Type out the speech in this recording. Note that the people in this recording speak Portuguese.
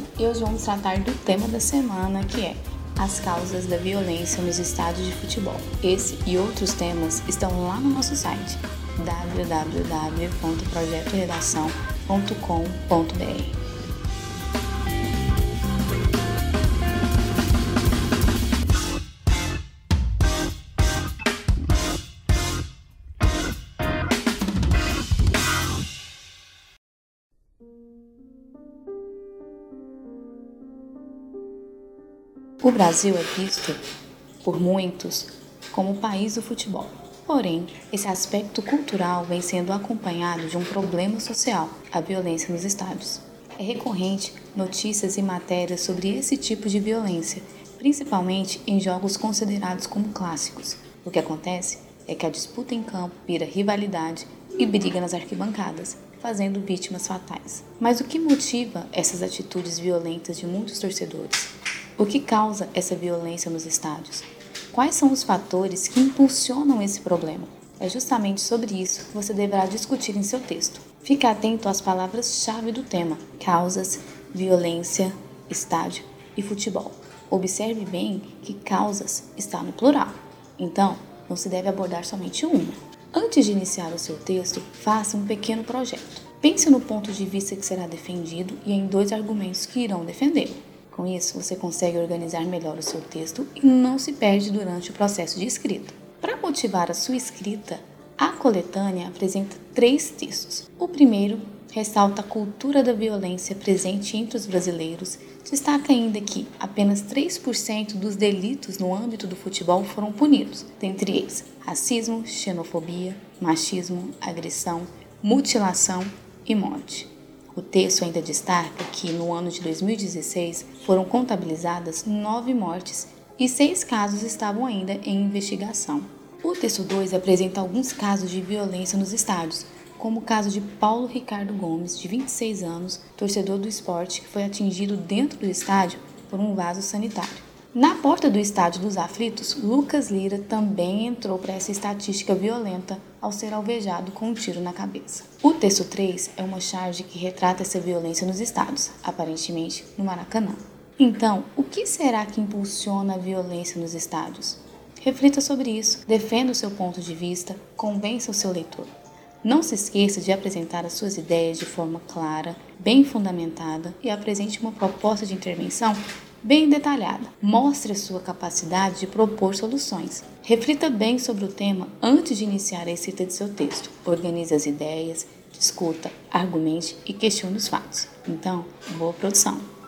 e hoje vamos tratar do tema da semana, que é as causas da violência nos estádios de futebol. Esse e outros temas estão lá no nosso site www.projetoredação.com.br. O Brasil é visto por muitos como o país do futebol. Porém, esse aspecto cultural vem sendo acompanhado de um problema social, a violência nos estádios. É recorrente notícias e matérias sobre esse tipo de violência, principalmente em jogos considerados como clássicos. O que acontece é que a disputa em campo vira rivalidade e briga nas arquibancadas, fazendo vítimas fatais. Mas o que motiva essas atitudes violentas de muitos torcedores? O que causa essa violência nos estádios? Quais são os fatores que impulsionam esse problema? É justamente sobre isso que você deverá discutir em seu texto. Fique atento às palavras-chave do tema: causas, violência, estádio e futebol. Observe bem que causas está no plural, então não se deve abordar somente uma. Antes de iniciar o seu texto, faça um pequeno projeto. Pense no ponto de vista que será defendido e em 2 argumentos que irão defendê-lo. Com isso, você consegue organizar melhor o seu texto e não se perde durante o processo de escrita. Para motivar a sua escrita, a coletânea apresenta 3 textos. O primeiro ressalta a cultura da violência presente entre os brasileiros, destaca ainda que apenas 3% dos delitos no âmbito do futebol foram punidos, dentre eles racismo, xenofobia, machismo, agressão, mutilação e morte. O texto ainda destaca que, no ano de 2016, foram contabilizadas 9 mortes e 6 casos estavam ainda em investigação. O texto 2 apresenta alguns casos de violência nos estádios, como o caso de Paulo Ricardo Gomes, de 26 anos, torcedor do Sport, que foi atingido dentro do estádio por um vaso sanitário. Na porta do Estádio dos Aflitos, Lucas Lira também entrou para essa estatística violenta ao ser alvejado com um tiro na cabeça. O texto 3 é uma charge que retrata essa violência nos estádios, aparentemente no Maracanã. Então, o que será que impulsiona a violência nos estádios? Reflita sobre isso, defenda o seu ponto de vista, convença o seu leitor. Não se esqueça de apresentar as suas ideias de forma clara, bem fundamentada e apresente uma proposta de intervenção bem detalhada. Mostre a sua capacidade de propor soluções. Reflita bem sobre o tema antes de iniciar a escrita de seu texto. Organize as ideias, discuta, argumente e questione os fatos. Então, boa produção!